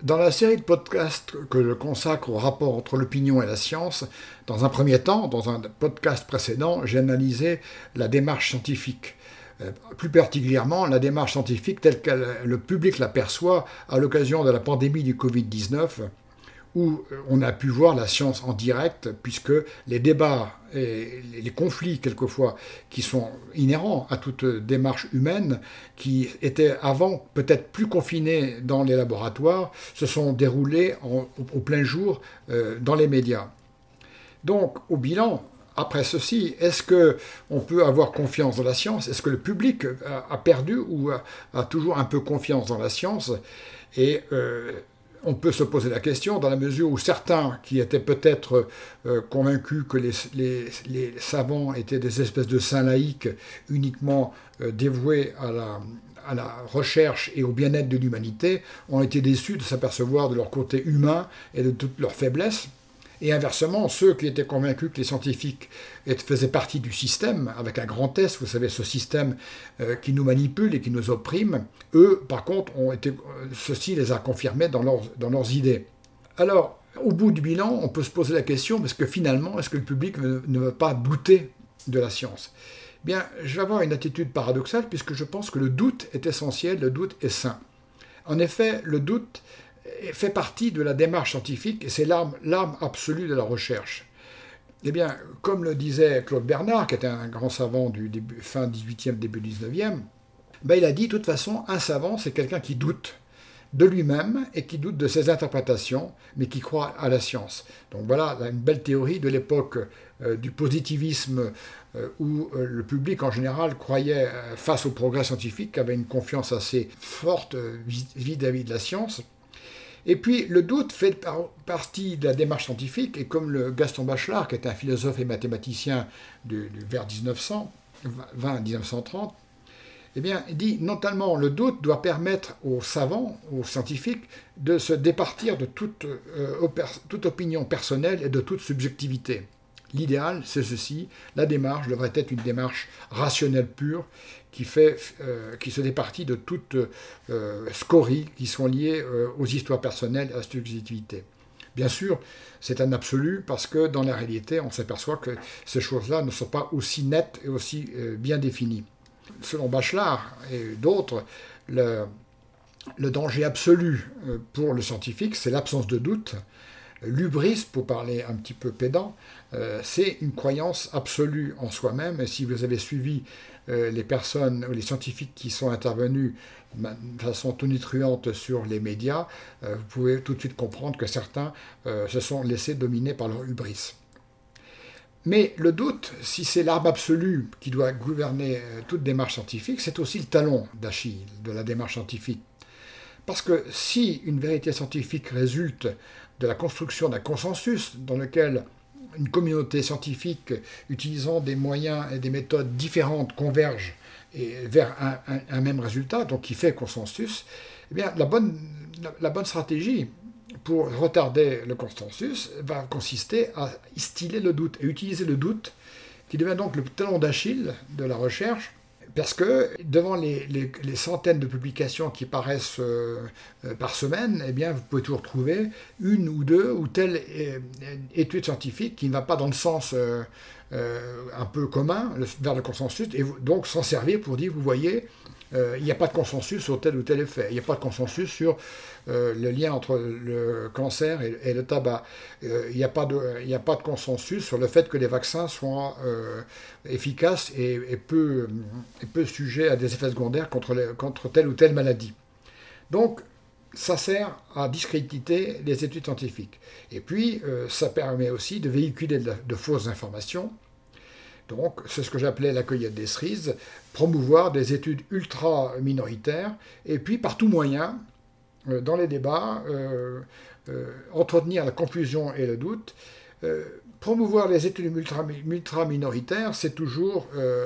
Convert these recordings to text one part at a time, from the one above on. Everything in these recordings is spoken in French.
Dans la série de podcasts que je consacre au rapport entre l'opinion et la science, dans un premier temps, dans un podcast précédent, j'ai analysé la démarche scientifique. Plus particulièrement, la démarche scientifique telle que le public l'aperçoit à l'occasion de la pandémie du Covid-19, où on a pu voir la science en direct, puisque les débats et les conflits, quelquefois, qui sont inhérents à toute démarche humaine, qui étaient avant peut-être plus confinés dans les laboratoires, se sont déroulés au plein jour dans les médias. Donc, au bilan, après ceci, est-ce qu'on peut avoir confiance dans la science? Est-ce que le public a perdu ou a toujours un peu confiance dans la science? Et on peut se poser la question dans la mesure où certains qui étaient peut-être convaincus que les savants étaient des espèces de saints laïcs uniquement dévoués à la recherche et au bien-être de l'humanité ont été déçus de s'apercevoir de leur côté humain et de toutes leurs faiblesses. Et inversement, ceux qui étaient convaincus que les scientifiques faisaient partie du système, avec un grand S, vous savez, ce système qui nous manipule et qui nous opprime, eux, par contre, ceci les a confirmés dans leurs idées. Alors, au bout du bilan, on peut se poser la question, parce que finalement, est-ce que le public ne veut pas douter de la science? Bien, je vais avoir une attitude paradoxale, puisque je pense que le doute est essentiel, le doute est sain. En effet, le doute fait partie de la démarche scientifique et c'est l'arme absolue de la recherche. Eh bien, comme le disait Claude Bernard, qui était un grand savant du fin 18e, début 19e, il a dit, de toute façon, un savant, c'est quelqu'un qui doute de lui-même et qui doute de ses interprétations, mais qui croit à la science. Donc voilà une belle théorie de l'époque du positivisme où le public en général croyait, face au progrès scientifique, avait une confiance assez forte vis-à-vis de la science. Et puis, le doute fait partie de la démarche scientifique, et comme le Gaston Bachelard, qui était un philosophe et mathématicien vers 1920-1930, eh bien, il dit, non seulement le doute doit permettre aux savants, aux scientifiques, de se départir de toute opinion personnelle et de toute subjectivité. L'idéal, c'est ceci, la démarche devrait être une démarche rationnelle pure, qui se départit de toutes scories qui sont liées aux histoires personnelles et à la subjectivité. Bien sûr, c'est un absolu parce que dans la réalité, on s'aperçoit que ces choses-là ne sont pas aussi nettes et aussi bien définies. Selon Bachelard et d'autres, le danger absolu pour le scientifique, c'est l'absence de doute. L'hubris, pour parler un petit peu pédant, c'est une croyance absolue en soi-même. Et si vous avez suivi les personnes, les scientifiques qui sont intervenus de façon tonitruante sur les médias, vous pouvez tout de suite comprendre que certains se sont laissés dominer par leur hubris. Mais le doute, si c'est l'arme absolue qui doit gouverner toute démarche scientifique, c'est aussi le talon d'Achille de la démarche scientifique. Parce que si une vérité scientifique résulte de la construction d'un consensus dans lequel une communauté scientifique utilisant des moyens et des méthodes différentes converge vers un même résultat, donc qui fait consensus, eh bien la bonne stratégie pour retarder le consensus va consister à instiller le doute et utiliser le doute qui devient donc le talon d'Achille de la recherche. Parce que devant les centaines de publications qui paraissent par semaine, eh bien, vous pouvez toujours trouver une ou deux ou telle étude scientifique qui ne va pas dans le sens un peu commun vers le consensus, et donc s'en servir pour dire, vous voyez, il n'y a pas de consensus sur tel ou tel effet. Il n'y a pas de consensus sur le lien entre le cancer et le tabac. Il n'y a pas de consensus sur le fait que les vaccins soient efficaces et peu sujets à des effets secondaires contre telle ou telle maladie. Donc, ça sert à discréditer les études scientifiques. Et puis, ça permet aussi de véhiculer de fausses informations. Donc, c'est ce que j'appelais la cueillette des cerises, promouvoir des études ultra minoritaires, et puis par tout moyen, dans les débats, entretenir la confusion et le doute. Promouvoir les études ultra minoritaires, c'est toujours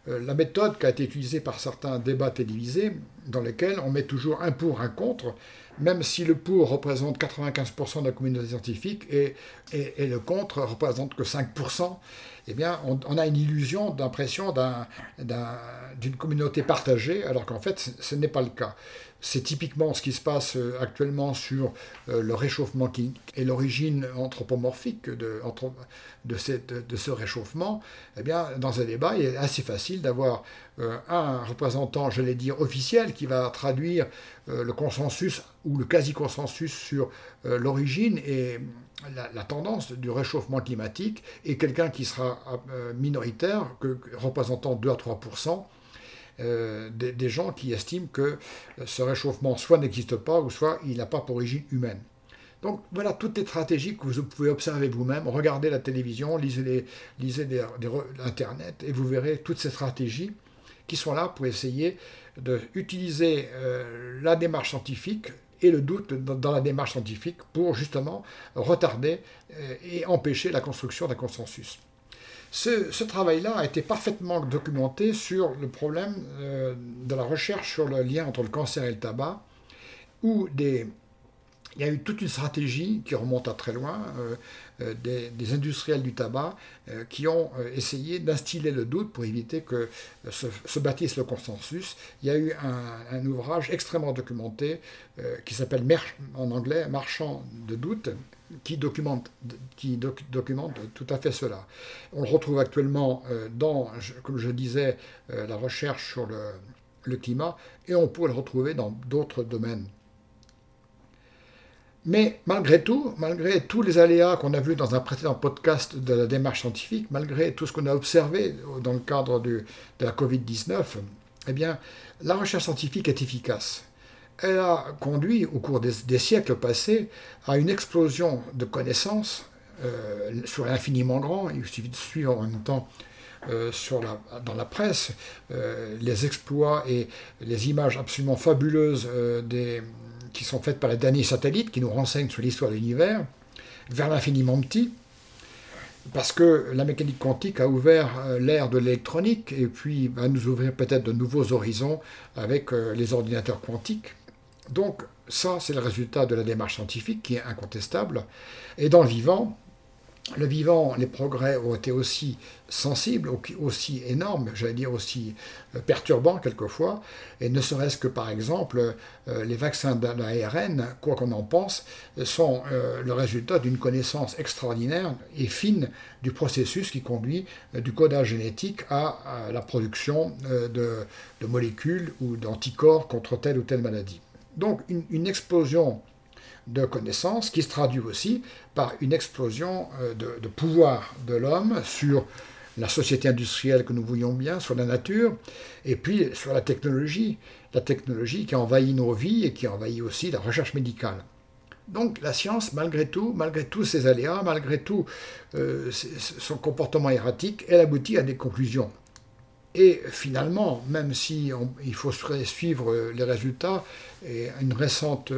la méthode qui a été utilisée par certains débats télévisés, dans lesquels on met toujours un pour, un contre, même si le pour représente 95% de la communauté scientifique et le contre représente que 5%, eh bien, on a une illusion d'impression d'une communauté partagée, alors qu'en fait, ce n'est pas le cas. C'est typiquement ce qui se passe actuellement sur le réchauffement et l'origine anthropomorphique de ce réchauffement. Eh bien, dans un débat, il est assez facile d'avoir un représentant, j'allais dire, officiel qui va traduire le consensus ou le quasi-consensus sur l'origine et la tendance du réchauffement climatique, et quelqu'un qui sera minoritaire, représentant 2 à 3%, des gens qui estiment que ce réchauffement soit n'existe pas ou soit il n'a pas pour origine humaine. Donc voilà toutes les stratégies que vous pouvez observer vous-même. Regardez la télévision, lisez Internet et vous verrez toutes ces stratégies qui sont là pour essayer d'utiliser la démarche scientifique et le doute dans la démarche scientifique pour justement retarder et empêcher la construction d'un consensus. Ce travail-là a été parfaitement documenté sur le problème de la recherche sur le lien entre le cancer et le tabac, où il y a eu toute une stratégie qui remonte à très loin, des industriels du tabac qui ont essayé d'instiller le doute pour éviter que se bâtisse le consensus. Il y a eu un ouvrage extrêmement documenté qui s'appelle en anglais « Marchand de doute », qui documente tout à fait cela. On le retrouve actuellement dans, comme je disais, la recherche sur le climat, et on peut le retrouver dans d'autres domaines. Mais malgré tous les aléas qu'on a vus dans un précédent podcast de la démarche scientifique, malgré tout ce qu'on a observé dans le cadre de la Covid-19, eh bien, la recherche scientifique est efficace. Elle a conduit au cours des siècles passés à une explosion de connaissances sur l'infiniment grand. Il suffit de suivre en même temps dans la presse les exploits et les images absolument fabuleuses qui sont faites par les derniers satellites qui nous renseignent sur l'histoire de l'univers, vers l'infiniment petit, parce que la mécanique quantique a ouvert l'ère de l'électronique et puis va nous ouvrir peut-être de nouveaux horizons avec les ordinateurs quantiques. Donc ça, c'est le résultat de la démarche scientifique qui est incontestable. Et dans le vivant, les progrès ont été aussi sensibles, aussi énormes, j'allais dire aussi perturbants quelquefois, et ne serait-ce que par exemple les vaccins d'ARN, quoi qu'on en pense, sont le résultat d'une connaissance extraordinaire et fine du processus qui conduit du codage génétique à la production de molécules ou d'anticorps contre telle ou telle maladie. Donc une explosion de connaissances qui se traduit aussi par une explosion de pouvoir de l'homme sur la société industrielle que nous voyons bien, sur la nature, et puis sur la technologie qui envahit nos vies et qui envahit aussi la recherche médicale. Donc la science, malgré tous ses aléas, malgré tout son comportement erratique, elle aboutit à des conclusions. Et finalement, même si il faut suivre les résultats, et une récente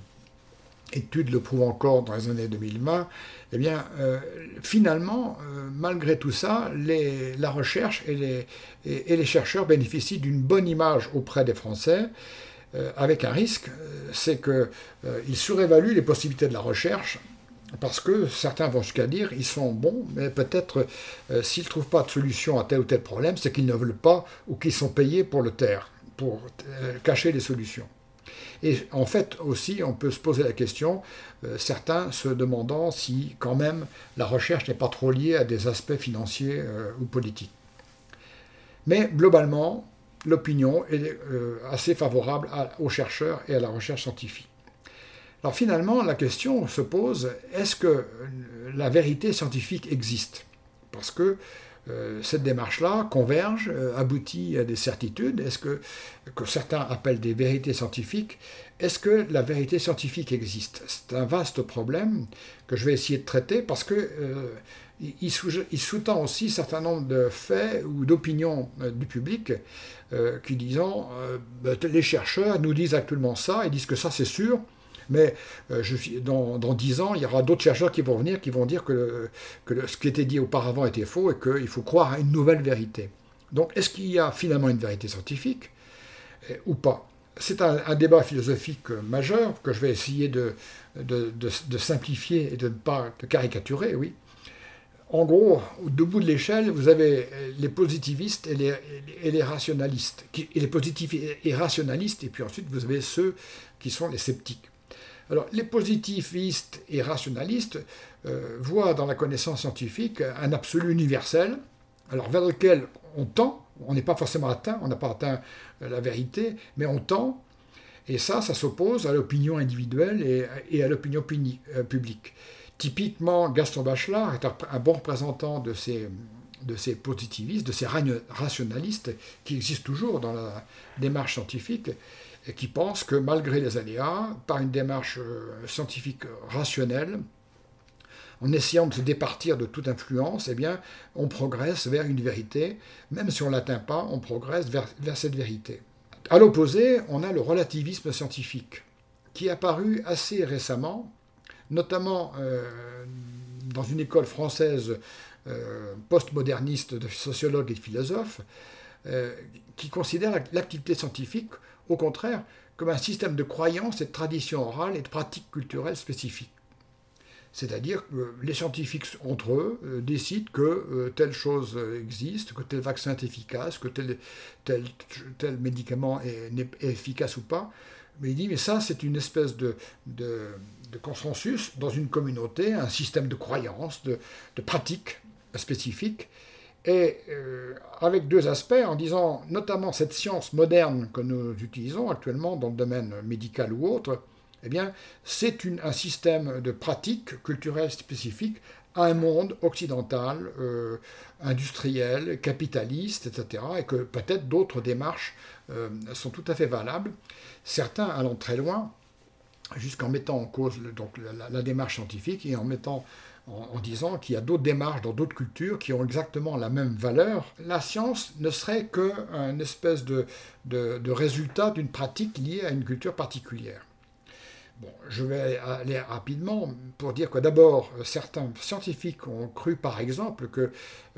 étude le prouve encore dans les années 2020, eh bien, finalement, malgré tout ça, la recherche et les chercheurs bénéficient d'une bonne image auprès des Français, avec un risque, c'est qu'ils surévaluent les possibilités de la recherche, parce que certains vont jusqu'à dire ils sont bons, mais peut-être s'ils ne trouvent pas de solution à tel ou tel problème, c'est qu'ils ne veulent pas ou qu'ils sont payés pour le taire, pour cacher les solutions. Et en fait aussi, on peut se poser la question, certains se demandant si quand même la recherche n'est pas trop liée à des aspects financiers ou politiques. Mais globalement, l'opinion est assez favorable aux chercheurs et à la recherche scientifique. Alors finalement, la question se pose, est-ce que la vérité scientifique existe ? Parce que cette démarche-là converge, aboutit à des certitudes. Est-ce que certains appellent des vérités scientifiques, est-ce que la vérité scientifique existe ? C'est un vaste problème que je vais essayer de traiter parce que il sous-tend aussi un certain nombre de faits ou d'opinions du public qui disant les chercheurs nous disent actuellement ça, ils disent que ça c'est sûr, mais dans 10 ans, il y aura d'autres chercheurs qui vont venir, qui vont dire que ce qui était dit auparavant était faux et qu'il faut croire à une nouvelle vérité. Donc, est-ce qu'il y a finalement une vérité scientifique ou pas? C'est un débat philosophique majeur que je vais essayer de simplifier et de ne pas caricaturer, oui. En gros, au bout de l'échelle, vous avez les positivistes et les rationalistes. Et les positifs et rationalistes, et puis ensuite vous avez ceux qui sont les sceptiques. Alors, les positivistes et rationalistes voient dans la connaissance scientifique un absolu universel, alors vers lequel on tend. On n'est pas forcément atteint, on n'a pas atteint la vérité, mais on tend, et ça s'oppose à l'opinion individuelle et à l'opinion publique. Typiquement, Gaston Bachelard est un bon représentant de ces positivistes, de ces rationalistes qui existent toujours dans la démarche scientifique, et qui pensent que malgré les aléas, par une démarche scientifique rationnelle, en essayant de se départir de toute influence, eh bien, on progresse vers une vérité. Même si on ne l'atteint pas, on progresse vers cette vérité. À l'opposé, on a le relativisme scientifique, qui est apparu assez récemment, notamment dans une école française postmoderniste de sociologues et de philosophes, qui considère l'activité scientifique, au contraire, comme un système de croyances et de traditions orales et de pratiques culturelles spécifiques. C'est-à-dire que les scientifiques, entre eux, décident que telle chose existe, que tel vaccin est efficace, que tel médicament est efficace ou pas. Mais il dit, mais ça, c'est une espèce de consensus dans une communauté, un système de croyances, de pratiques spécifiques, et avec deux aspects, en disant, notamment cette science moderne que nous utilisons actuellement dans le domaine médical ou autre, eh bien, c'est un système de pratiques culturelles spécifiques à un monde occidental, industriel, capitaliste, etc., et que peut-être d'autres démarches sont tout à fait valables, certains allant très loin, jusqu'en mettant en cause donc, la démarche scientifique et en disant qu'il y a d'autres démarches dans d'autres cultures qui ont exactement la même valeur. La science ne serait qu'une espèce de résultat d'une pratique liée à une culture particulière. Bon, je vais aller rapidement pour dire que d'abord, certains scientifiques ont cru par exemple que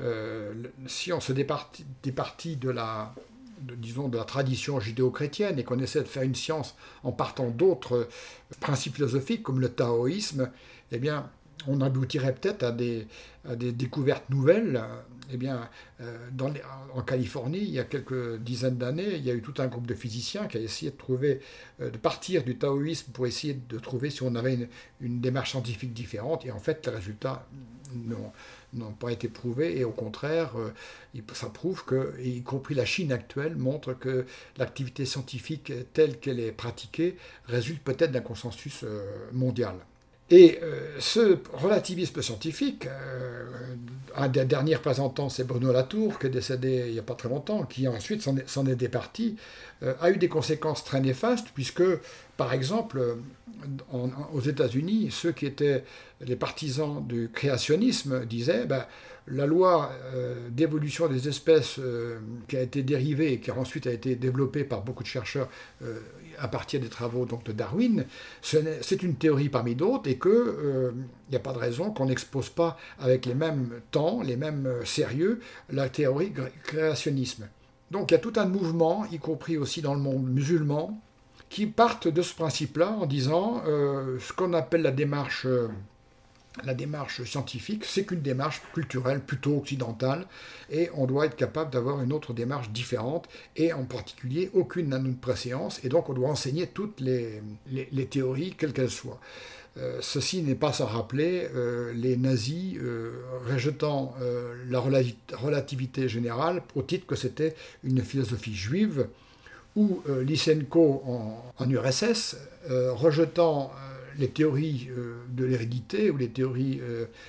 si on se départit de la tradition judéo-chrétienne et qu'on essaie de faire une science en partant d'autres principes philosophiques comme le taoïsme, eh bien, on aboutirait peut-être à des découvertes nouvelles. Eh bien, en Californie, il y a quelques dizaines d'années, il y a eu tout un groupe de physiciens qui a essayé de partir du taoïsme pour essayer de trouver si on avait une démarche scientifique différente. Et en fait, les résultats n'ont pas été prouvés. Et au contraire, ça prouve que, y compris la Chine actuelle, montre que l'activité scientifique telle qu'elle est pratiquée résulte peut-être d'un consensus mondial. Et ce relativisme scientifique, un des derniers représentants, c'est Bruno Latour, qui est décédé il n'y a pas très longtemps, qui ensuite s'en est départi, a eu des conséquences très néfastes, puisque, par exemple, aux États-Unis, ceux qui étaient les partisans du créationnisme disaient la loi d'évolution des espèces qui a été dérivée et qui ensuite a été développée par beaucoup de chercheurs à partir des travaux donc, de Darwin, c'est une théorie parmi d'autres et qu'il n'y a pas de raison qu'on n'expose pas avec les mêmes temps, les mêmes sérieux, la théorie créationnisme. Donc il y a tout un mouvement, y compris aussi dans le monde musulman, qui partent de ce principe-là en disant ce qu'on appelle la démarche scientifique, c'est qu'une démarche culturelle plutôt occidentale et on doit être capable d'avoir une autre démarche différente et en particulier aucune n'a de préséance et donc on doit enseigner toutes les théories quelles qu'elles soient. Ceci n'est pas sans rappeler les nazis rejetant la relativité générale au titre que c'était une philosophie juive ou Lysenko en URSS rejetant les théories de l'hérédité ou les théories,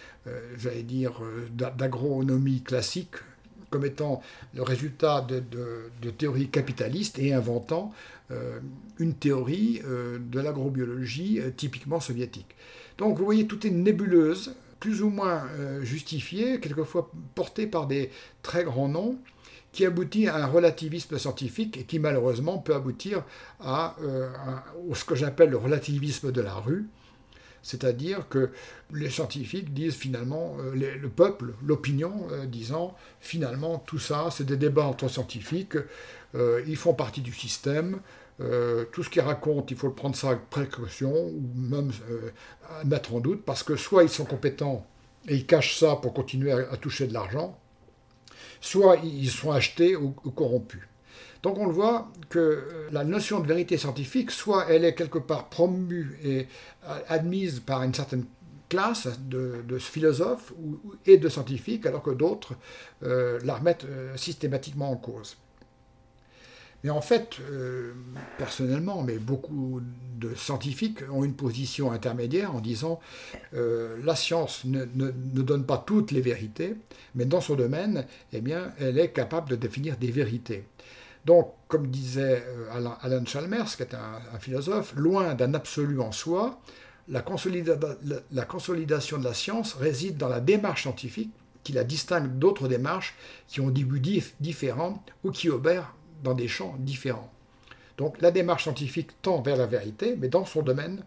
d'agronomie classique comme étant le résultat de théories capitalistes et inventant une théorie de l'agrobiologie typiquement soviétique. Donc vous voyez, tout est nébuleuse, plus ou moins justifiée, quelquefois portée par des très grands noms, qui aboutit à un relativisme scientifique et qui malheureusement peut aboutir à ce que j'appelle le relativisme de la rue, C'est-à-dire que les scientifiques disent finalement, le peuple, l'opinion, disant finalement tout ça, c'est des débats entre scientifiques, ils font partie du système, tout ce qu'ils racontent, il faut le prendre ça avec précaution, ou même mettre en doute, parce que soit ils sont compétents et ils cachent ça pour continuer à toucher de l'argent, soit ils sont achetés ou corrompus. Donc on le voit que la notion de vérité scientifique, soit elle est quelque part promue et admise par une certaine classe de philosophes et de scientifiques, alors que d'autres la remettent systématiquement en cause. Mais en fait, personnellement, mais beaucoup de scientifiques ont une position intermédiaire en disant la science ne donne pas toutes les vérités, mais dans son domaine, eh bien, elle est capable de définir des vérités. Donc, comme disait Alan Chalmers, qui est un philosophe, loin d'un absolu en soi, la consolidation de la science réside dans la démarche scientifique qui la distingue d'autres démarches qui ont des buts différents ou qui opèrent dans des champs différents. Donc la démarche scientifique tend vers la vérité, mais dans son domaine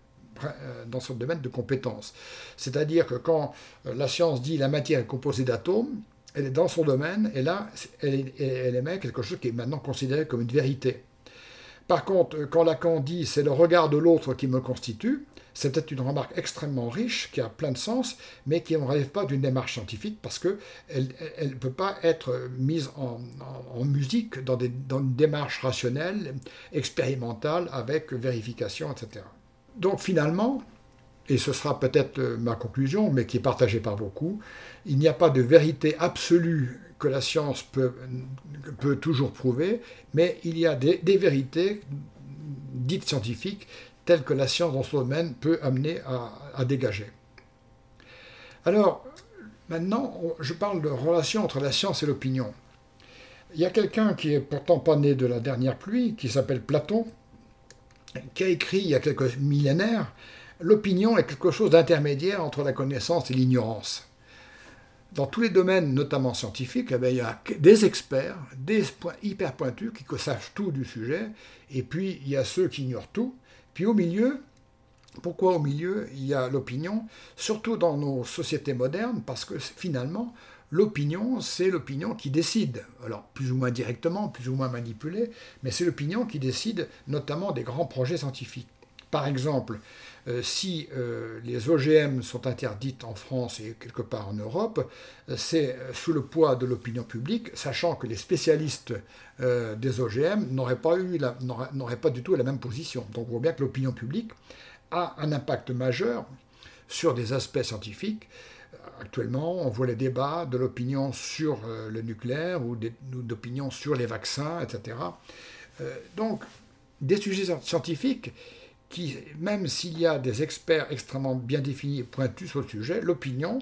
de compétence. C'est-à-dire que quand la science dit la matière est composée d'atomes, elle est dans son domaine, et là, elle émet quelque chose qui est maintenant considéré comme une vérité. Par contre, quand Lacan dit « c'est le regard de l'autre qui me constitue », c'est peut-être une remarque extrêmement riche, qui a plein de sens, mais qui ne relève pas d'une démarche scientifique, parce qu'elle ne peut pas être mise en musique dans une démarche rationnelle, expérimentale, avec vérification, etc. Donc finalement, et ce sera peut-être ma conclusion, mais qui est partagée par beaucoup, il n'y a pas de vérité absolue que la science peut toujours prouver, mais il y a des vérités dites scientifiques telles que la science dans ce domaine peut amener à dégager. Alors, maintenant, je parle de relation entre la science et l'opinion. Il y a quelqu'un qui est pourtant pas né de la dernière pluie, qui s'appelle Platon, qui a écrit il y a quelques millénaires « L'opinion est quelque chose d'intermédiaire entre la connaissance et l'ignorance ». Dans tous les domaines, notamment scientifiques, il y a des experts, des hyper pointus qui savent tout du sujet, et puis il y a ceux qui ignorent tout. Puis au milieu, pourquoi au milieu il y a l'opinion, surtout dans nos sociétés modernes, parce que finalement, l'opinion, c'est l'opinion qui décide. Alors plus ou moins directement, plus ou moins manipulée, mais c'est l'opinion qui décide notamment des grands projets scientifiques. Par exemple, si les OGM sont interdites en France et quelque part en Europe, c'est sous le poids de l'opinion publique, sachant que les spécialistes des OGM n'auraient pas du tout la même position. Donc on voit bien que l'opinion publique a un impact majeur sur des aspects scientifiques. Actuellement, on voit les débats de l'opinion sur le nucléaire ou d'opinion sur les vaccins, etc. Donc, des sujets scientifiques qui, même s'il y a des experts extrêmement bien définis et pointus sur le sujet, l'opinion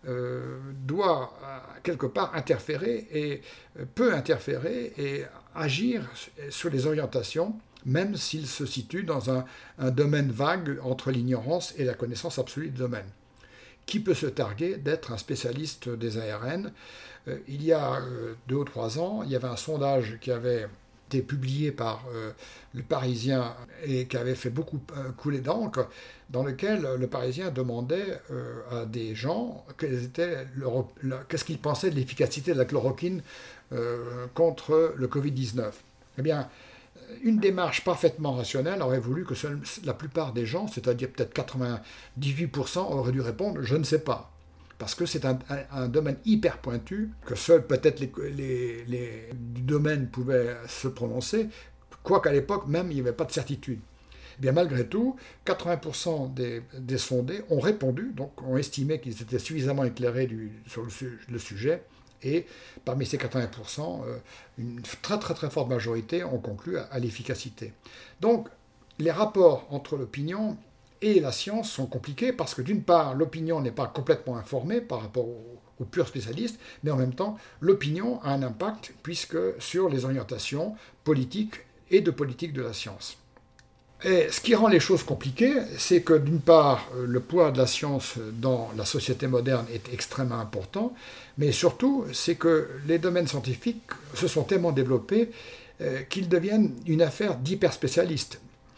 doit quelque part interférer et peut interférer et agir sur les orientations, même s'il se situe dans un domaine vague entre l'ignorance et la connaissance absolue du domaine. Qui peut se targuer d'être un spécialiste des ARN ? Il y a 2 ou 3 ans, il y avait un sondage qui avait été publié par le Parisien et qui avait fait beaucoup couler d'encre, dans lequel le Parisien demandait à des gens qu'est-ce qu'ils pensaient de l'efficacité de la chloroquine contre le Covid-19. Eh bien, une démarche parfaitement rationnelle aurait voulu que la plupart des gens, c'est-à-dire peut-être 98%, auraient dû répondre « je ne sais pas ». Parce que c'est un domaine hyper pointu, que seuls peut-être les du domaine pouvaient se prononcer, quoiqu'à l'époque même il n'y avait pas de certitude. Eh bien malgré tout, 80% des sondés ont répondu, donc ont estimé qu'ils étaient suffisamment éclairés sur le sujet, et parmi ces 80%, une très très très forte majorité ont conclu à l'efficacité. Donc les rapports entre l'opinion et la science sont compliqués parce que d'une part, l'opinion n'est pas complètement informée par rapport aux purs spécialistes, mais en même temps, l'opinion a un impact sur les orientations politiques et de politique de la science. Et ce qui rend les choses compliquées, c'est que d'une part, le poids de la science dans la société moderne est extrêmement important, mais surtout, c'est que les domaines scientifiques se sont tellement développés qu'ils deviennent une affaire d'hyperspécialistes.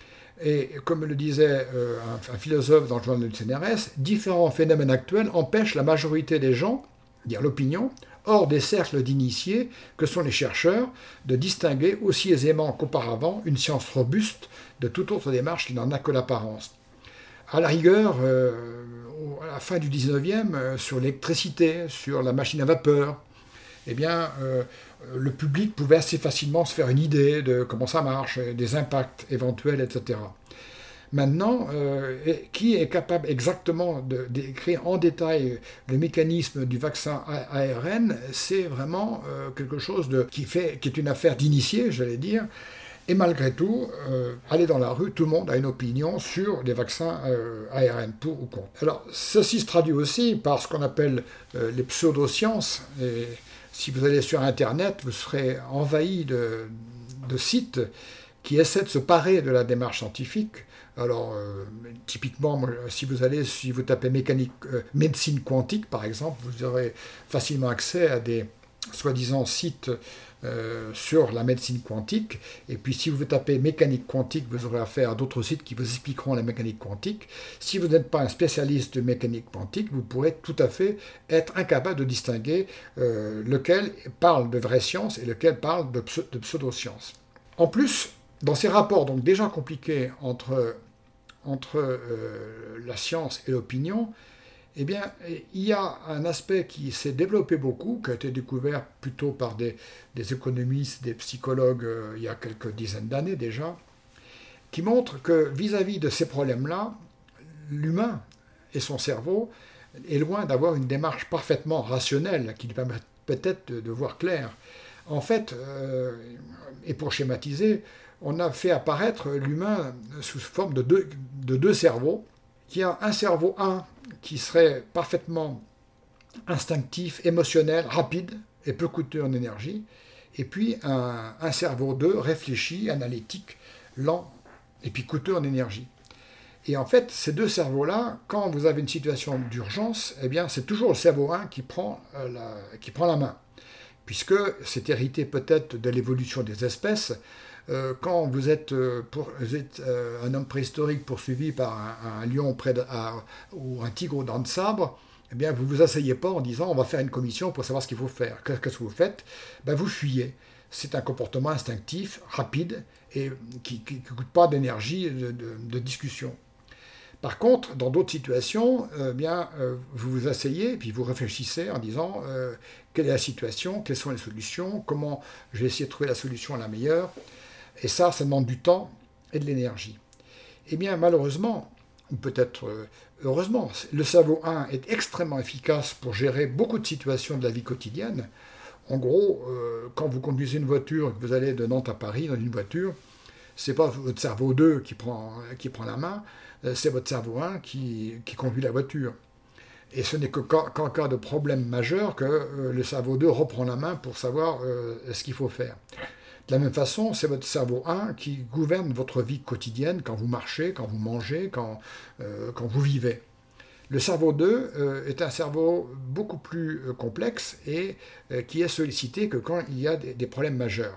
Et comme le disait un philosophe dans le journal du CNRS, différents phénomènes actuels empêchent la majorité des gens, dire l'opinion, hors des cercles d'initiés que sont les chercheurs, de distinguer aussi aisément qu'auparavant une science robuste de toute autre démarche qui n'en a que l'apparence. À la rigueur, à la fin du 19e, sur l'électricité, sur la machine à vapeur, eh bien, le public pouvait assez facilement se faire une idée de comment ça marche, des impacts éventuels, etc. Maintenant, qui est capable exactement de décrire en détail le mécanisme du vaccin ARN, c'est vraiment quelque chose qui est une affaire d'initié, j'allais dire. Et malgré tout, aller dans la rue, tout le monde a une opinion sur les vaccins ARN, pour ou contre. Alors, ceci se traduit aussi par ce qu'on appelle les pseudosciences. Et si vous allez sur Internet, vous serez envahi de sites qui essaient de se parer de la démarche scientifique. Alors, typiquement, si vous tapez médecine quantique, par exemple, vous aurez facilement accès à des soi-disant sites sur la médecine quantique. Et puis, si vous tapez mécanique quantique, vous aurez affaire à d'autres sites qui vous expliqueront la mécanique quantique. Si vous n'êtes pas un spécialiste de mécanique quantique, vous pourrez tout à fait être incapable de distinguer lequel parle de vraie science et lequel parle de pseudoscience. En plus, dans ces rapports donc déjà compliqués entre la science et l'opinion, eh bien, il y a un aspect qui s'est développé beaucoup, qui a été découvert plutôt par des économistes, des psychologues il y a quelques dizaines d'années déjà, qui montre que vis-à-vis de ces problèmes-là, l'humain et son cerveau est loin d'avoir une démarche parfaitement rationnelle qui lui permet peut-être de voir clair. En fait, et pour schématiser, on a fait apparaître l'humain sous forme de deux cerveaux, qui a un cerveau 1 qui serait parfaitement instinctif, émotionnel, rapide et peu coûteux en énergie, et puis un cerveau 2 réfléchi, analytique, lent et puis coûteux en énergie. Et en fait, ces deux cerveaux-là, quand vous avez une situation d'urgence, eh bien, c'est toujours le cerveau 1 qui prend la main, puisque c'est hérité peut-être de l'évolution des espèces. Quand vous êtes un homme préhistorique poursuivi par un lion ou un tigre aux dents de sabre, eh bien, vous ne vous asseyez pas en disant on va faire une commission pour savoir ce qu'il faut faire. Qu'est-ce que vous faites ? Vous fuyez. C'est un comportement instinctif, rapide et qui ne coûte pas d'énergie de discussion. Par contre, dans d'autres situations, vous vous asseyez et puis vous réfléchissez en disant quelle est la situation, quelles sont les solutions, comment je vais essayer de trouver la solution la meilleure. Et ça demande du temps et de l'énergie. Eh bien, malheureusement, ou peut-être heureusement, le cerveau 1 est extrêmement efficace pour gérer beaucoup de situations de la vie quotidienne. En gros, quand vous conduisez une voiture et que vous allez de Nantes à Paris dans une voiture, ce n'est pas votre cerveau 2 qui prend la main, c'est votre cerveau 1 qui conduit la voiture. Et ce n'est qu'en cas de problème majeur que le cerveau 2 reprend la main pour savoir ce qu'il faut faire. De la même façon, c'est votre cerveau 1 qui gouverne votre vie quotidienne quand vous marchez, quand vous mangez, quand vous vivez. Le cerveau 2 est un cerveau beaucoup plus complexe et qui est sollicité que quand il y a des problèmes majeurs.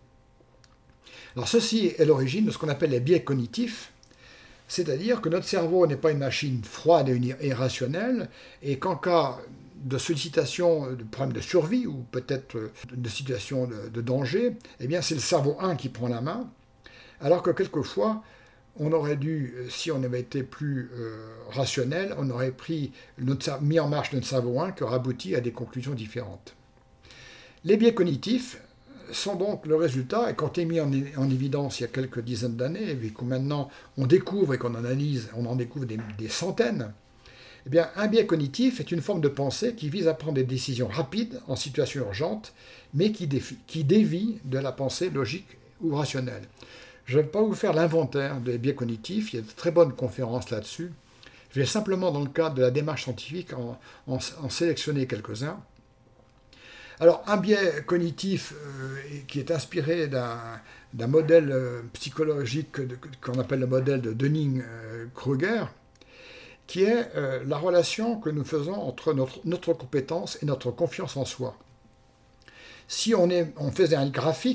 Alors ceci est l'origine de ce qu'on appelle les biais cognitifs, c'est-à-dire que notre cerveau n'est pas une machine froide et irrationnelle et qu'en cas de sollicitation, de problèmes de survie ou peut-être de situations de danger, eh bien c'est le cerveau 1 qui prend la main, alors que quelquefois, on aurait dû, si on avait été plus rationnel, on aurait mis en marche notre cerveau 1 qui aurait abouti à des conclusions différentes. Les biais cognitifs sont donc le résultat, et quand est mis en évidence il y a quelques dizaines d'années, et que maintenant on découvre et qu'on analyse, on en découvre des centaines, eh bien, un biais cognitif est une forme de pensée qui vise à prendre des décisions rapides en situation urgente, mais qui dévie de la pensée logique ou rationnelle. Je ne vais pas vous faire l'inventaire des biais cognitifs, il y a de très bonnes conférences là-dessus. Je vais simplement, dans le cadre de la démarche scientifique, en sélectionner quelques-uns. Alors, un biais cognitif qui est inspiré d'un modèle psychologique qu'on appelle le modèle de Dunning-Kruger, qui est la relation que nous faisons entre notre compétence et notre confiance en soi. Si on faisait un graphique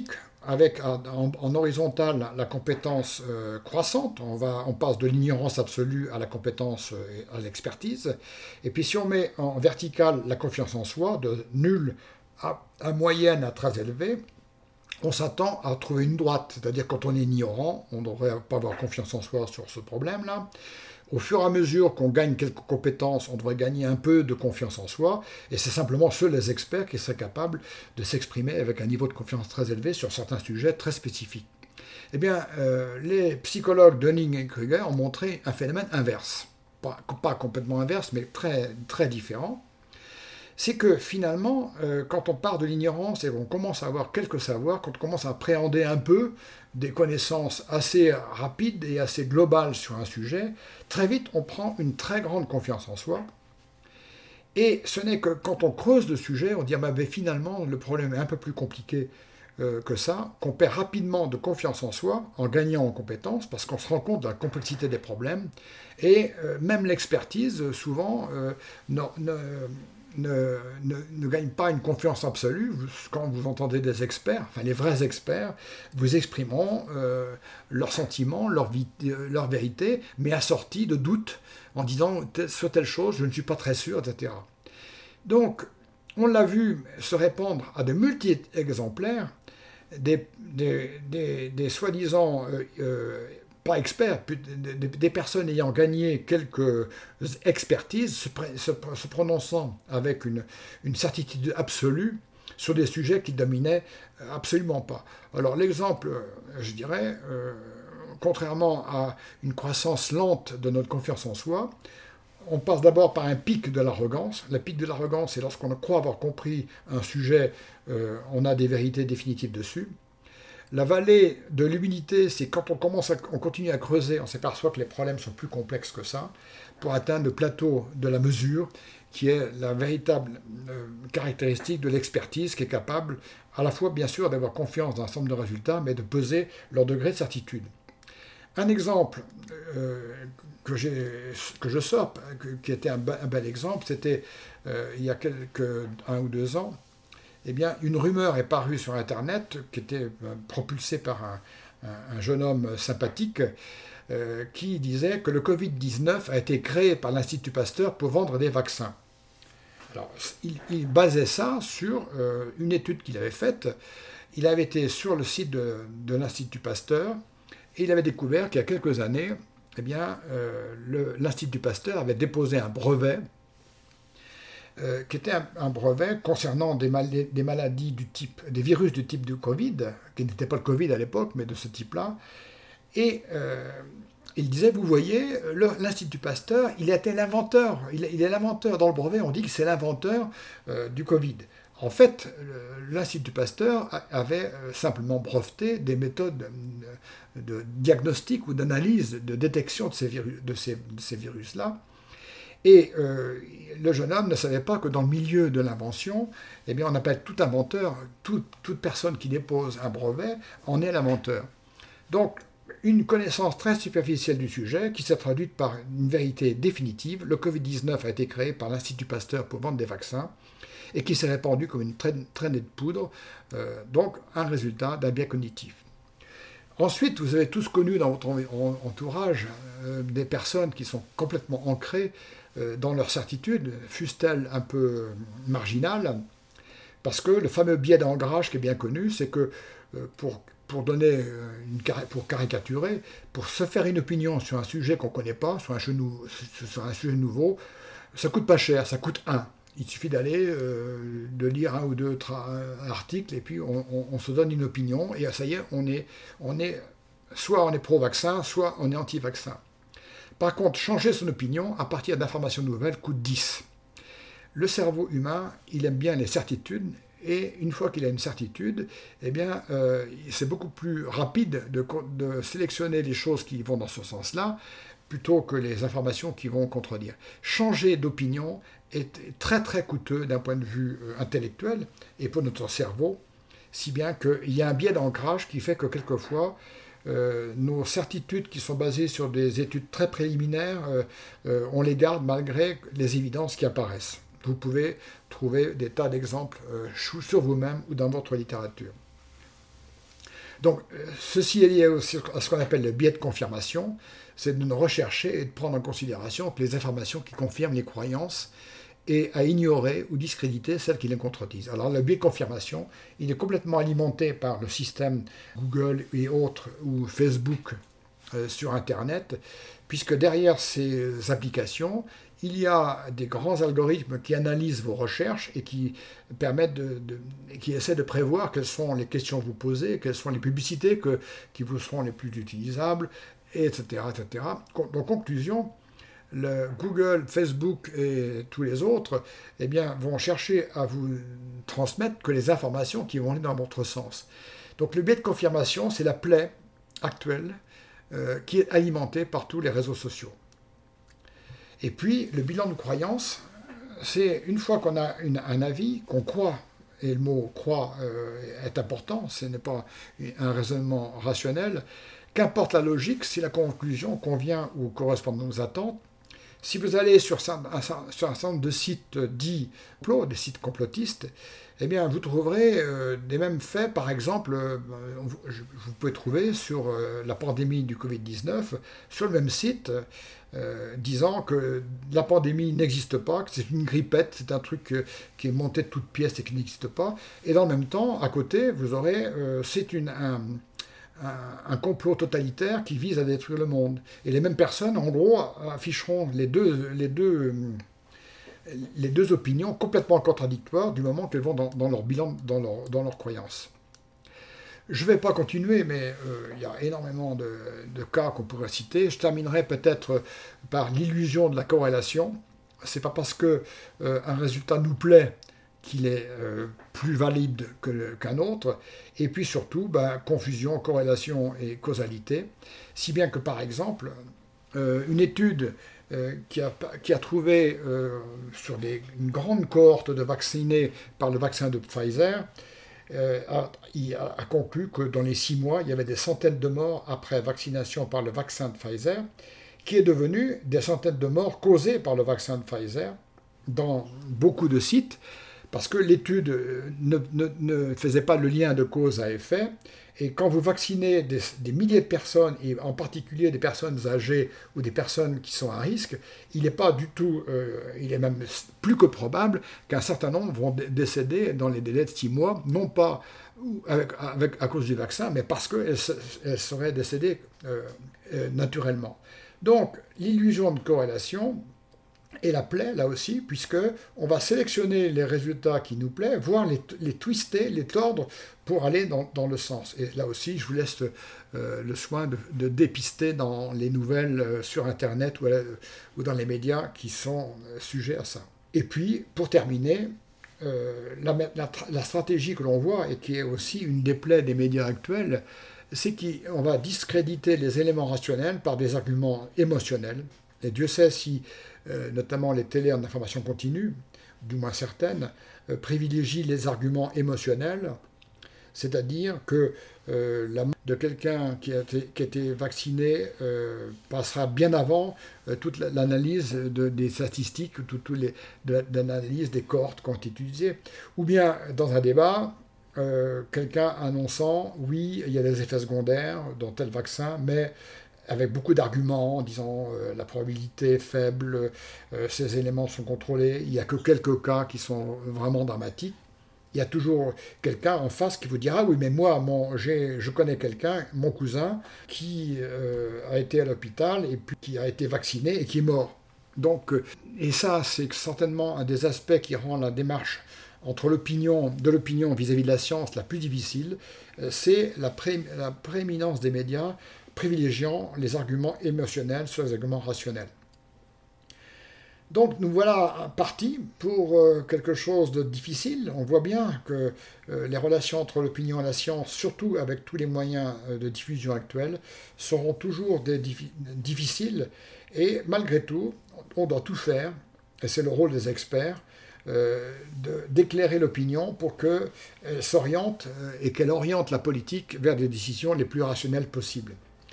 avec en horizontal la compétence croissante, on passe de l'ignorance absolue à la compétence, à l'expertise. Et puis si on met en vertical la confiance en soi, de nulle à moyenne à très élevée, on s'attend à trouver une droite. C'est-à-dire quand on est ignorant, on ne devrait pas avoir confiance en soi sur ce problème-là. Au fur et à mesure qu'on gagne quelques compétences, on devrait gagner un peu de confiance en soi, et c'est simplement seuls les experts qui seraient capables de s'exprimer avec un niveau de confiance très élevé sur certains sujets très spécifiques. Eh bien, les psychologues Dunning et Kruger ont montré un phénomène inverse. Pas complètement inverse, mais très, très différent. C'est que finalement, quand on part de l'ignorance et qu'on commence à avoir quelques savoirs, quand on commence à appréhender un peu des connaissances assez rapides et assez globales sur un sujet, très vite on prend une très grande confiance en soi. Et ce n'est que quand on creuse le sujet, on dit ah ben, finalement le problème est un peu plus compliqué que ça, qu'on perd rapidement de confiance en soi en gagnant en compétences, parce qu'on se rend compte de la complexité des problèmes. Et même l'expertise, souvent, ne gagne pas une confiance absolue. Quand vous entendez des experts, enfin les vrais experts, vous exprimeront leurs sentiments, leur vérité, mais assortis de doutes, en disant sur telle chose, je ne suis pas très sûr, etc. Donc, on l'a vu se répandre à de multiples exemplaires, des soi-disant pas experts, des personnes ayant gagné quelques expertises, se prononçant avec une certitude absolue sur des sujets qui dominaient absolument pas. Alors l'exemple, je dirais, contrairement à une croissance lente de notre confiance en soi, on passe d'abord par un pic de l'arrogance. Le pic de l'arrogance, c'est lorsqu'on croit avoir compris un sujet, on a des vérités définitives dessus. La vallée de l'humilité, c'est quand on continue à creuser, on s'aperçoit que les problèmes sont plus complexes que ça, pour atteindre le plateau de la mesure, qui est la véritable caractéristique de l'expertise, qui est capable à la fois, bien sûr, d'avoir confiance dans un certain nombre de résultats, mais de peser leur degré de certitude. Un exemple que je sors, qui était un bel exemple, c'était il y a 1 ou 2 ans. Eh bien, une rumeur est parue sur Internet, qui était propulsée par un jeune homme sympathique, qui disait que le Covid-19 a été créé par l'Institut Pasteur pour vendre des vaccins. Alors, il basait ça sur une étude qu'il avait faite. Il avait été sur le site de l'Institut Pasteur, et il avait découvert qu'il y a quelques années, eh bien, l'Institut Pasteur avait déposé un brevet qui était un brevet concernant des maladies du type, des virus du type du Covid, qui n'était pas le Covid à l'époque, mais de ce type-là. Et il disait, vous voyez, l'Institut Pasteur, il était l'inventeur. Il est l'inventeur. Dans le brevet, on dit que c'est l'inventeur du Covid. En fait, l'Institut Pasteur avait simplement breveté des méthodes de diagnostic ou d'analyse, de détection de ces virus-là. Et le jeune homme ne savait pas que dans le milieu de l'invention, eh bien, on appelle tout inventeur, toute personne qui dépose un brevet en est l'inventeur. Donc, une connaissance très superficielle du sujet qui s'est traduite par une vérité définitive. Le Covid-19 a été créé par l'Institut Pasteur pour vendre des vaccins et qui s'est répandu comme une traînée de poudre, donc un résultat d'un biais cognitif. Ensuite, vous avez tous connu dans votre entourage des personnes qui sont complètement ancrées dans leur certitude, fussent-elles un peu marginales, parce que le fameux biais d'ancrage qui est bien connu, c'est que pour caricaturer, pour se faire une opinion sur un sujet qu'on ne connaît pas, sur un sujet nouveau, ça coûte pas cher, ça coûte 1. Il suffit d'aller, de lire 1 ou 2 articles, et puis on se donne une opinion, et ça y est, soit on est pro-vaccin, soit on est anti-vaccin. Par contre, changer son opinion à partir d'informations nouvelles coûte 10. Le cerveau humain, il aime bien les certitudes, et une fois qu'il a une certitude, eh bien, c'est beaucoup plus rapide de sélectionner les choses qui vont dans ce sens-là, plutôt que les informations qui vont contredire. Changer d'opinion est très très coûteux d'un point de vue intellectuel et pour notre cerveau, si bien qu'il y a un biais d'ancrage qui fait que quelquefois, nos certitudes qui sont basées sur des études très préliminaires, on les garde malgré les évidences qui apparaissent. Vous pouvez trouver des tas d'exemples sur vous-même ou dans votre littérature. Donc, ceci est lié aussi à ce qu'on appelle le biais de confirmation, c'est de ne rechercher et de prendre en considération que les informations qui confirment les croyances et à ignorer ou discréditer celles qui les contredisent. Alors, le biais de confirmation, il est complètement alimenté par le système Google et autres, ou Facebook sur Internet, puisque derrière ces applications, il y a des grands algorithmes qui analysent vos recherches et qui permettent qui essaient de prévoir quelles sont les questions que vous posez, quelles sont les publicités qui vous seront les plus utilisables, etc., etc. En conclusion, le Google, Facebook et tous les autres eh bien, vont chercher à vous transmettre que les informations qui vont aller dans votre sens. Donc le biais de confirmation, c'est la plaie actuelle qui est alimentée par tous les réseaux sociaux. Et puis, le bilan de croyance, c'est une fois qu'on a un avis, qu'on croit, et le mot croire est important, ce n'est pas un raisonnement rationnel, qu'importe la logique, si la conclusion convient ou correspond à nos attentes. Si vous allez sur un certain nombre de sites dits des sites complotistes, eh bien, vous trouverez des mêmes faits. Par exemple, vous pouvez trouver sur la pandémie du Covid-19, sur le même site, disant que la pandémie n'existe pas, que c'est une grippette, c'est un truc qui est monté de toutes pièces et qui n'existe pas. Et dans le même temps, à côté, vous aurez, c'est un complot totalitaire qui vise à détruire le monde. Et les mêmes personnes, en gros, afficheront les deux opinions complètement contradictoires du moment qu'elles vont dans leur bilan, dans leur croyance. Je ne vais pas continuer, mais il y a énormément de cas qu'on pourrait citer. Je terminerai peut-être par l'illusion de la corrélation. Ce n'est pas parce qu'un résultat nous plaît qu'il est plus valide qu'un autre, et puis surtout, confusion, corrélation et causalité, si bien que par exemple, une étude qui a trouvé sur une grande cohorte de vaccinés par le vaccin de Pfizer, a conclu que dans les 6 mois, il y avait des centaines de morts après vaccination par le vaccin de Pfizer, qui est devenu des centaines de morts causées par le vaccin de Pfizer dans beaucoup de sites, parce que l'étude ne faisait pas le lien de cause à effet. Et quand vous vaccinez des milliers de personnes, et en particulier des personnes âgées ou des personnes qui sont à risque, il n'est pas du tout, il est même plus que probable qu'un certain nombre vont décéder dans les délais de 6 mois, non pas à cause du vaccin, mais parce qu'elles seraient décédées naturellement. Donc, l'illusion de corrélation et la plaie, là aussi, puisqu'on va sélectionner les résultats qui nous plaisent, voire les twister, les tordre pour aller dans le sens. Et là aussi, je vous laisse le soin de dépister dans les nouvelles sur Internet ou dans les médias qui sont sujets à ça. Et puis, pour terminer, la stratégie que l'on voit, et qui est aussi une des plaies des médias actuels, c'est qu'on va discréditer les éléments rationnels par des arguments émotionnels. Et Dieu sait si, notamment les télés en information continue, du moins certaines, privilégient les arguments émotionnels, c'est-à-dire que la mort de quelqu'un qui a été vacciné passera bien avant toute l'analyse des statistiques, l'analyse des cohortes qui ont été utilisées. Ou bien, dans un débat, quelqu'un annonçant, oui, il y a des effets secondaires dans tel vaccin, mais avec beaucoup d'arguments en disant la probabilité est faible, ces éléments sont contrôlés, il n'y a que quelques cas qui sont vraiment dramatiques. Il y a toujours quelqu'un en face qui vous dira « Ah oui, mais moi, je connais quelqu'un, mon cousin, qui a été à l'hôpital et puis qui a été vacciné et qui est mort. » Donc, et ça, c'est certainement un des aspects qui rend la démarche de l'opinion vis-à-vis de la science la plus difficile, c'est la prééminence des médias privilégiant les arguments émotionnels sur les arguments rationnels. Donc nous voilà partis pour quelque chose de difficile. On voit bien que les relations entre l'opinion et la science, surtout avec tous les moyens de diffusion actuels, seront toujours difficiles. Et malgré tout, on doit tout faire, et c'est le rôle des experts, d'éclairer l'opinion pour qu'elle s'oriente et qu'elle oriente la politique vers des décisions les plus rationnelles possibles.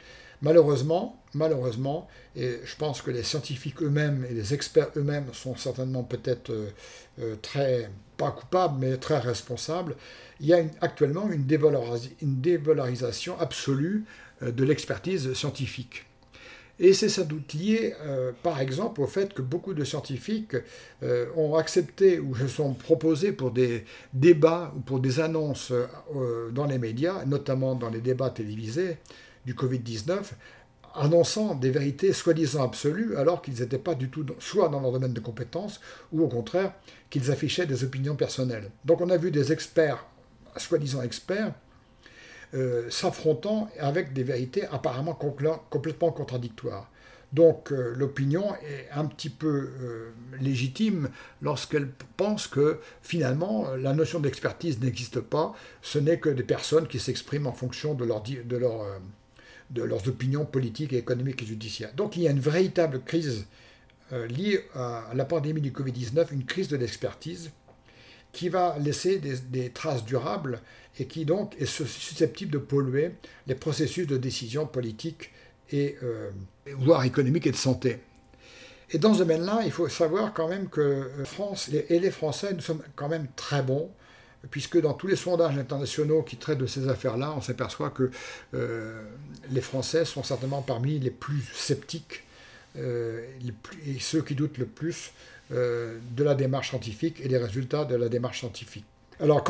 Malheureusement, et je pense que les scientifiques eux-mêmes et les experts eux-mêmes sont certainement peut-être très, pas coupables, mais très responsables, il y a actuellement une dévalorisation absolue de l'expertise scientifique. Et c'est sans doute lié, par exemple, au fait que beaucoup de scientifiques ont accepté ou se sont proposés pour des débats ou pour des annonces dans les médias, notamment dans les débats télévisés du Covid-19, annonçant des vérités soi-disant absolues alors qu'ils n'étaient pas du tout soit dans leur domaine de compétences ou au contraire qu'ils affichaient des opinions personnelles. Donc on a vu des experts, soi-disant experts, s'affrontant avec des vérités apparemment complètement contradictoires. Donc l'opinion est un petit peu légitime lorsqu'elle pense que finalement la notion d'expertise n'existe pas, ce n'est que des personnes qui s'expriment en fonction de leurs opinions politiques, économiques et judiciaires. Donc il y a une véritable crise liée à la pandémie du Covid-19, une crise de l'expertise qui va laisser des traces durables et qui donc est susceptible de polluer les processus de décision politique et voire économique et de santé. Et dans ce domaine-là, il faut savoir quand même que France et les Français, nous sommes quand même très bons, puisque dans tous les sondages internationaux qui traitent de ces affaires-là, on s'aperçoit que les Français sont certainement parmi les plus sceptiques et ceux qui doutent le plus de la démarche scientifique et des résultats de la démarche scientifique. Alors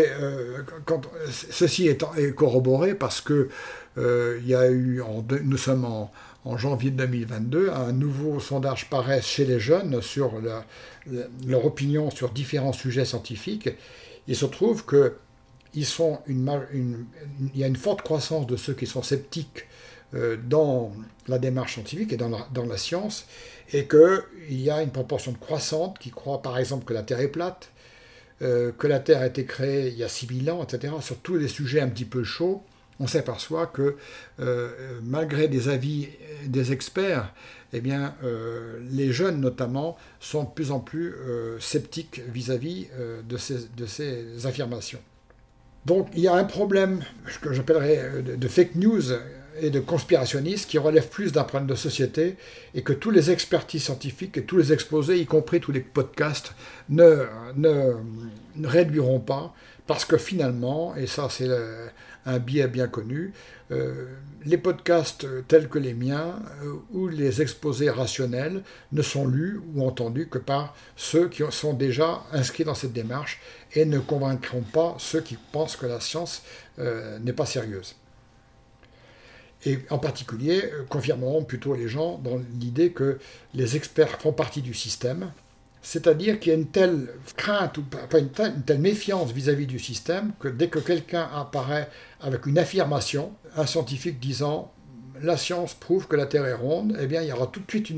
ceci est corroboré parce que il y a eu, nous sommes en janvier 2022, un nouveau sondage paraît chez les jeunes sur leur opinion sur différents sujets scientifiques. Il se trouve qu'il y a une forte croissance de ceux qui sont sceptiques dans la démarche scientifique et dans la science, et qu'il y a une proportion croissante qui croit par exemple que la Terre est plate, que la Terre a été créée il y a 6000 ans, etc. Sur tous les sujets un petit peu chauds, on s'aperçoit que malgré des avis des experts, eh bien, les jeunes notamment sont de plus en plus sceptiques vis-à-vis de ces affirmations. Donc il y a un problème que j'appellerais de fake news et de conspirationnistes qui relèvent plus d'un problème de société et que tous les expertises scientifiques et tous les exposés, y compris tous les podcasts, ne réduiront pas parce que finalement, et ça c'est un biais bien connu, les podcasts tels que les miens ou les exposés rationnels ne sont lus ou entendus que par ceux qui sont déjà inscrits dans cette démarche et ne convaincront pas ceux qui pensent que la science n'est pas sérieuse. Et en particulier, confirmeront plutôt les gens dans l'idée que les experts font partie du système, c'est-à-dire qu'il y a une telle crainte, ou pas une telle méfiance vis-à-vis du système, que dès que quelqu'un apparaît avec une affirmation, un scientifique disant « la science prouve que la Terre est ronde », eh bien il y aura tout de suite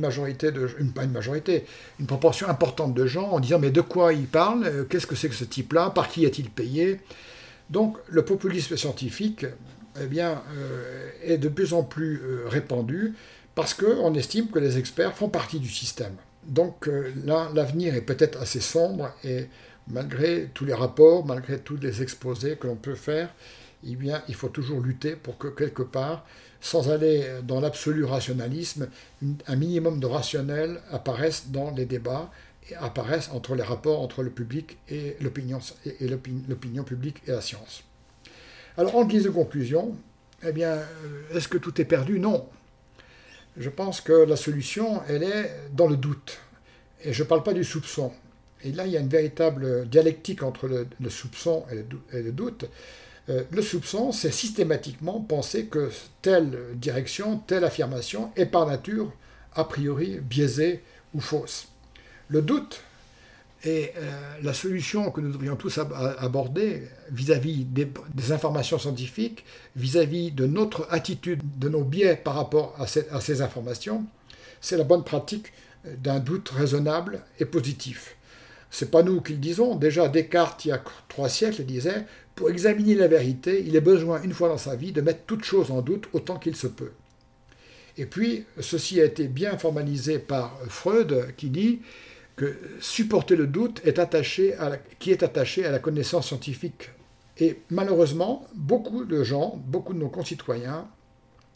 une proportion importante de gens en disant « mais de quoi il parle ? Qu'est-ce que c'est que ce type-là ? Par qui est-il payé ?» Donc le populisme scientifique est de plus en plus répandu parce qu'on estime que les experts font partie du système. Donc là, l'avenir est peut-être assez sombre et malgré tous les rapports, malgré tous les exposés que l'on peut faire, eh bien, il faut toujours lutter pour que quelque part, sans aller dans l'absolu rationalisme, un minimum de rationnel apparaisse dans les débats et apparaisse entre les rapports entre le public et l'opinion publique et la science. Alors, en guise de conclusion, eh bien, est-ce que tout est perdu ? Non. Je pense que la solution, elle est dans le doute. Et je ne parle pas du soupçon. Et là, il y a une véritable dialectique entre le soupçon et le doute. Le soupçon, c'est systématiquement penser que telle direction, telle affirmation est par nature, a priori, biaisée ou fausse. Le doute est la solution que nous devrions tous aborder vis-à-vis des informations scientifiques, vis-à-vis de notre attitude, de nos biais par rapport à ces informations. C'est la bonne pratique d'un doute raisonnable et positif. Ce n'est pas nous qui le disons. Déjà, Descartes, il y a 3 siècles, disait « Pour examiner la vérité, il est besoin, une fois dans sa vie, de mettre toute chose en doute autant qu'il se peut. » Et puis, ceci a été bien formalisé par Freud, qui dit que supporter le doute est attaché à la connaissance scientifique. Et malheureusement, beaucoup de gens, beaucoup de nos concitoyens,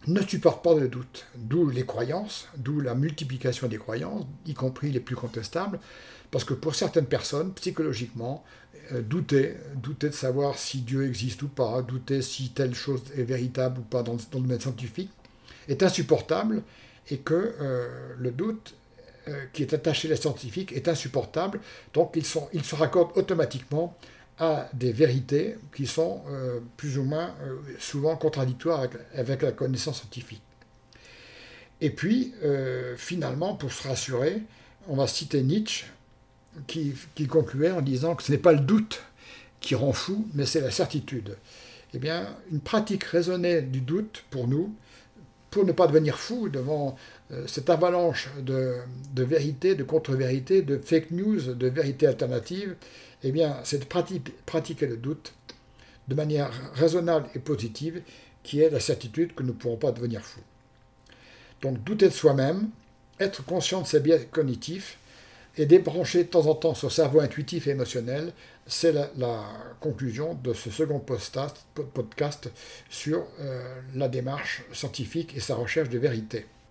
ne supportent pas le doute, d'où les croyances, d'où la multiplication des croyances, y compris les plus contestables, parce que pour certaines personnes, psychologiquement, douter de savoir si Dieu existe ou pas, douter si telle chose est véritable ou pas dans le domaine scientifique, est insupportable, et que le doute qui est attaché à la scientifique est insupportable, donc ils se raccordent automatiquement à des vérités qui sont plus ou moins souvent contradictoires avec la connaissance scientifique. Et puis, finalement, pour se rassurer, on va citer Nietzsche, qui concluait en disant que ce n'est pas le doute qui rend fou, mais c'est la certitude. Eh bien, une pratique raisonnée du doute pour nous, pour ne pas devenir fou devant cette avalanche de vérités, de contre-vérités, de fake news, de vérités alternatives, eh bien, c'est de pratiquer le doute de manière raisonnable et positive, qui est la certitude que nous ne pourrons pas devenir fous. Donc, douter de soi-même, être conscient de ses biais cognitifs, et débrancher de temps en temps son cerveau intuitif et émotionnel, c'est la conclusion de ce second podcast sur la démarche scientifique et sa recherche de vérité.